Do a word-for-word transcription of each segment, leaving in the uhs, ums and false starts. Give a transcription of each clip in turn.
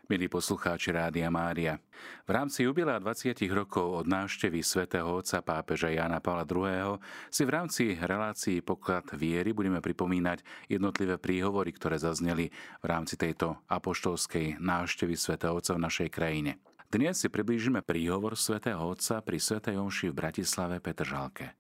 Milí poslucháči Rádia Mária, v rámci jubilea dvadsať rokov od návštevy svätého otca pápeža Jána Pavla druhého. si v rámci relácií Poklad viery budeme pripomínať jednotlivé príhovory, ktoré zazneli v rámci tejto apoštolskej návštevy svätého otca v našej krajine. Dnes si priblížime príhovor svätého otca pri svätej omši v Bratislave Petržalke.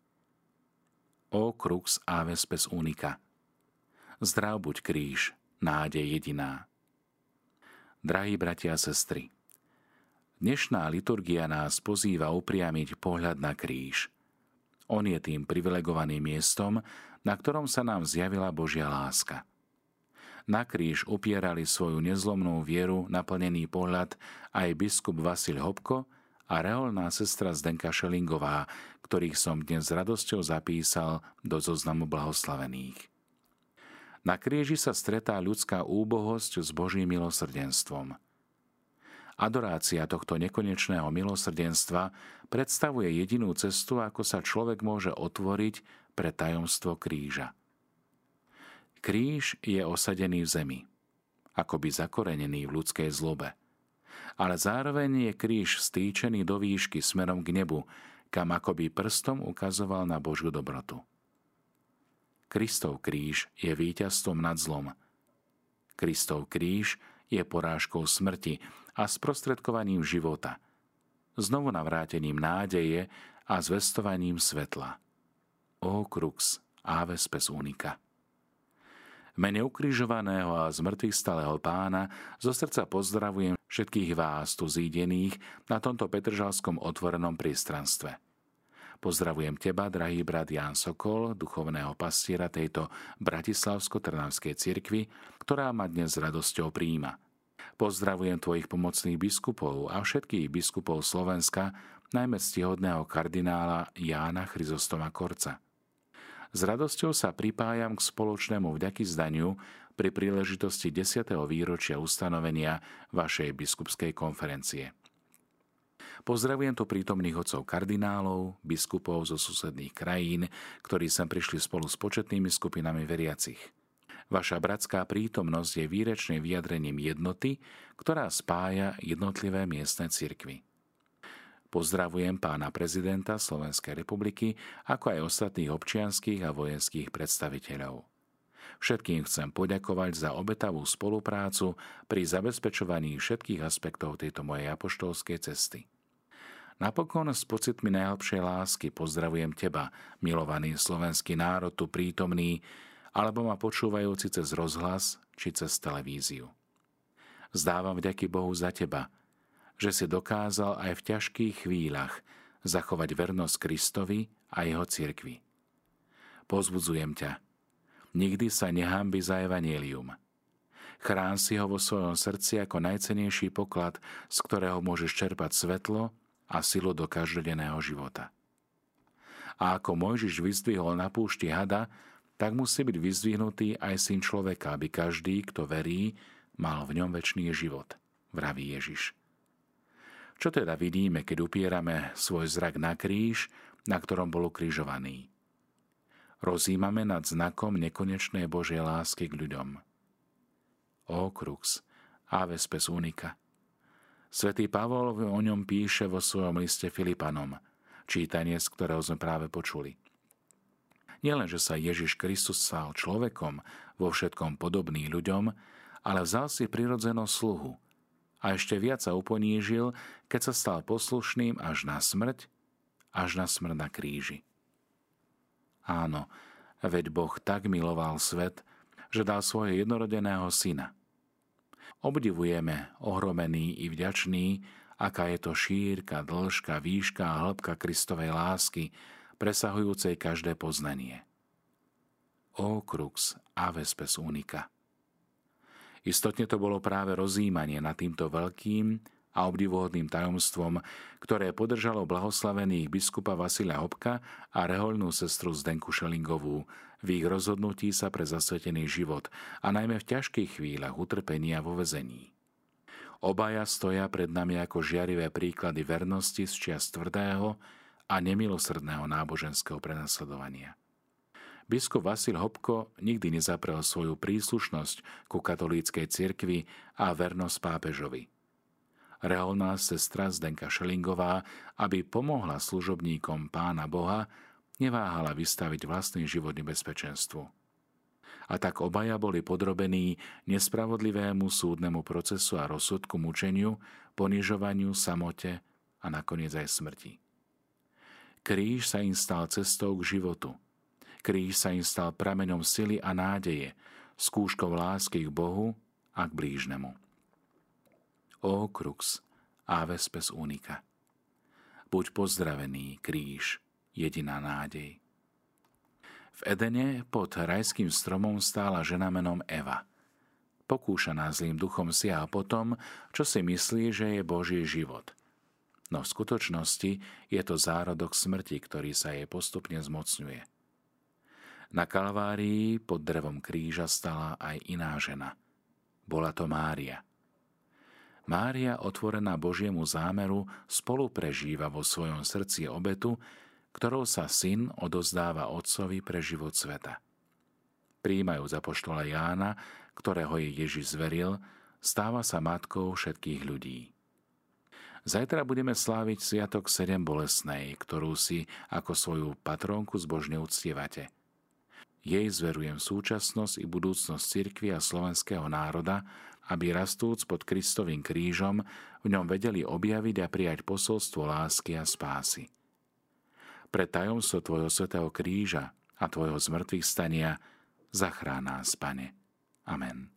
O crux ave spes unica. Zdrav buď kríž, nádej jediná. Drahí bratia a sestry, dnešná liturgia nás pozýva upriamiť pohľad na kríž. On je tým privilegovaným miestom, na ktorom sa nám zjavila Božia láska. Na kríž upierali svoju nezlomnú vieru naplnený pohľad aj biskup Vasil Hopko a reholná sestra Zdenka Šelingová, ktorých som dnes s radosťou zapísal do zoznamu blahoslavených. Na kríži sa stretá ľudská úbohosť s Božím milosrdenstvom. Adorácia tohto nekonečného milosrdenstva predstavuje jedinú cestu, ako sa človek môže otvoriť pre tajomstvo kríža. Kríž je osadený v zemi, akoby zakorenený v ľudskej zlobe. Ale zároveň je kríž stýčený do výšky smerom k nebu, kam akoby prstom ukazoval na Božiu dobrotu. Kristov kríž je víťazstvom nad zlom. Kristov kríž je porážkou smrti a sprostredkovaním života, znovu navrátením nádeje a zvestovaním svetla. O crux ave spes unica. V mene ukrižovaného a zmrtvých stalého Pána zo srdca pozdravujem všetkých vás tu zídených na tomto petržalskom otvorenom priestranstve. Pozdravujem teba, drahý brat Ján Sokol, duchovného pastiera tejto bratislavsko-trnavskej cirkvi, ktorá ma dnes s radosťou prijíma. Pozdravujem tvojich pomocných biskupov a všetkých biskupov Slovenska, najmä ctihodného kardinála Jána Chryzostoma Korca. S radosťou sa pripájam k spoločnému vďakyzdaniu pri príležitosti desiateho výročia ustanovenia vašej biskupskej konferencie. Pozdravujem tu prítomných otcov kardinálov, biskupov zo susedných krajín, ktorí sem prišli spolu s početnými skupinami veriacich. Vaša bratská prítomnosť je výrečným vyjadrením jednoty, ktorá spája jednotlivé miestne cirkvi. Pozdravujem pána prezidenta Slovenskej republiky, ako aj ostatných občianskych a vojenských predstaviteľov. Všetkým chcem poďakovať za obetavú spoluprácu pri zabezpečovaní všetkých aspektov tejto mojej apoštolskej cesty. Napokon s pocitmi najhlbšej lásky pozdravujem teba, milovaný slovenský národ tu prítomný, alebo ma počúvajúci cez rozhlas či cez televíziu. Zdávam vďaky Bohu za teba, že si dokázal aj v ťažkých chvíľach zachovať vernosť Kristovi a jeho cirkvi. Pozbudzujem ťa, nikdy sa nehanbi za evanjelium. Chrán si ho vo svojom srdci ako najcennejší poklad, z ktorého môžeš čerpať svetlo a silu do každodenného života. A ako Mojžiš vyzdvihol na púšti hada, tak musí byť vyzdvihnutý aj syn človeka, aby každý, kto verí, mal v ňom večný život, vraví Ježiš. Čo teda vidíme, keď upierame svoj zrak na kríž, na ktorom bol ukrižovaný? Rozímame nad znakom nekonečnej Božej lásky k ľuďom. O crux ave spes unica. Svätý Pavol o ňom píše vo svojom liste Filipanom, čítanie, z ktorého sme práve počuli. Nielen, že sa Ježiš Kristus stal človekom, vo všetkom podobný ľuďom, ale vzal si prirodzenosť sluhu a ešte viac sa uponížil, keď sa stal poslušným až na smrť, až na smrť na kríži. Áno, veď Boh tak miloval svet, že dal svojho jednorodeného syna. Obdivujeme, ohromení i vďační, aká je to šírka, dĺžka, výška a hĺbka Kristovej lásky, presahujúcej každé poznanie. O crux ave spes unica. Istotne to bolo práve rozjímanie nad týmto veľkým a obdivuhodným tajomstvom, ktoré podržalo blahoslavených biskupa Vasila Hopka a rehoľnú sestru Zdenku Šelingovú v ich rozhodnutí sa pre zasvetený život a najmä v ťažkých chvíľach utrpenia vo väzení. Obaja stoja pred nami ako žiarivé príklady vernosti z čias tvrdého a nemilosrdného náboženského prenasledovania. Biskup Vasil Hopko nikdy nezaprel svoju príslušnosť ku katolíckej cirkvi a vernosť pápežovi. Reholná sestra Zdenka Šelingová, aby pomohla služobníkom Pána Boha, neváhala vystaviť vlastný život nebezpečenstvu. A tak obaja boli podrobení nespravodlivému súdnemu procesu a rozsudku, mučeniu, ponižovaniu, samote a nakoniec aj smrti. Kríž sa im stal cestou k životu. Kríž sa im stal prameňom sily a nádeje, skúškou lásky k Bohu a k blížnemu. Ó crux, ave spes unica. Buď pozdravený, kríž, jediná nádej. V Edene pod rajským stromom stála žena menom Eva. Pokúšaná zlým duchom siaha po tom, čo si myslí, že je Boží život. No v skutočnosti je to zárodok smrti, ktorý sa jej postupne zmocňuje. Na Kalvárii pod drevom kríža stala aj iná žena. Bola to Mária. Mária, otvorená Božiemu zámeru, spolu prežíva vo svojom srdci obetu, ktorou sa syn odozdáva otcovi pre život sveta. Prijímajúc apoštola Jána, ktorého jej Ježiš zveril, stáva sa matkou všetkých ľudí. Zajtra budeme sláviť sviatok Sedem bolestnej, ktorú si ako svoju patrónku zbožne uctievate. Jej zverujem súčasnosť i budúcnosť cirkvi a slovenského národa, aby rastúc pod Kristovým krížom v ňom vedeli objaviť a prijať posolstvo lásky a spásy. Pre tajomstvo tvojho svätého kríža a tvojho zmrtvých stania zachrán nás, Pane. Amen.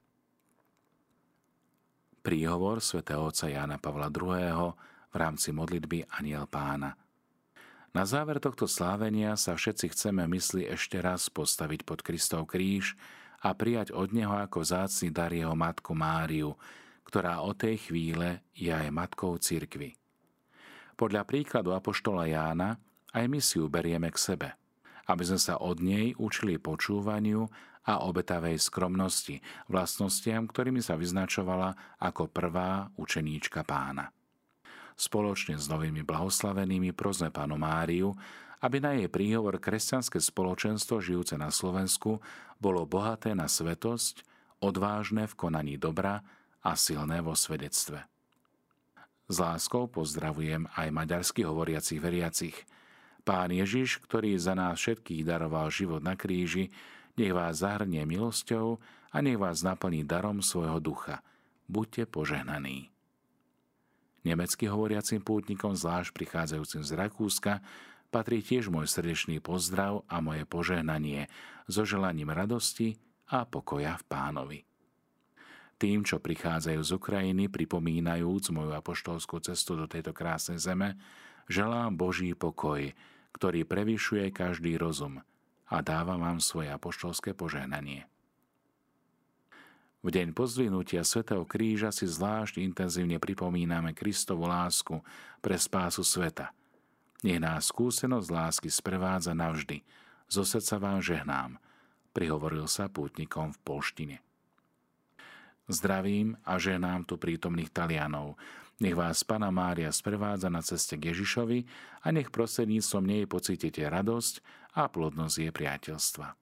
Príhovor svätého otca Jána Pavla druhého. v rámci modlitby Anjel Pána. Na záver tohto slávenia sa všetci chceme mysli ešte raz postaviť pod Kristov kríž a prijať od neho ako vzácny dar jeho matku Máriu, ktorá od tej chvíle je aj matkou cirkvi. Podľa príkladu apoštola Jána aj my si ju berieme k sebe, aby sme sa od nej učili počúvaniu a obetavej skromnosti, vlastnostiam, ktorými sa vyznačovala ako prvá učeníčka Pána. Spoločne s novými blahoslavenými prosme Pannu Máriu, aby na jej príhovor kresťanské spoločenstvo žijúce na Slovensku bolo bohaté na svetosť, odvážne v konaní dobra a silné vo svedectve. S láskou pozdravujem aj maďarsky hovoriacich veriacich. Pán Ježiš, ktorý za nás všetkých daroval život na kríži, nech vás zahrnie milosťou a nech vás naplní darom svojho ducha. Buďte požehnaní. Nemecky hovoriacim pútnikom, zvlášť prichádzajúcim z Rakúska, patrí tiež môj srdečný pozdrav a moje požehnanie so želaním radosti a pokoja v Pánovi. Tým, čo prichádzajú z Ukrajiny, pripomínajúc moju apoštolskú cestu do tejto krásnej zeme, želám Boží pokoj, ktorý prevyšuje každý rozum, a dávam vám svoje apoštolské požehnanie. V deň pozdvihnutia svätého kríža si zvlášť intenzívne pripomíname Kristovu lásku pre spásu sveta. Nech nás skúsenosť lásky sprevádza navždy. Zo srdca vám žehnám, prihovoril sa pútnikom v polštine. Zdravím a žehnám tu prítomných Talianov. Nech vás Panna Mária sprevádza na ceste k Ježišovi a nech prostredníctvom nej pocítite radosť a plodnosť jej priateľstva.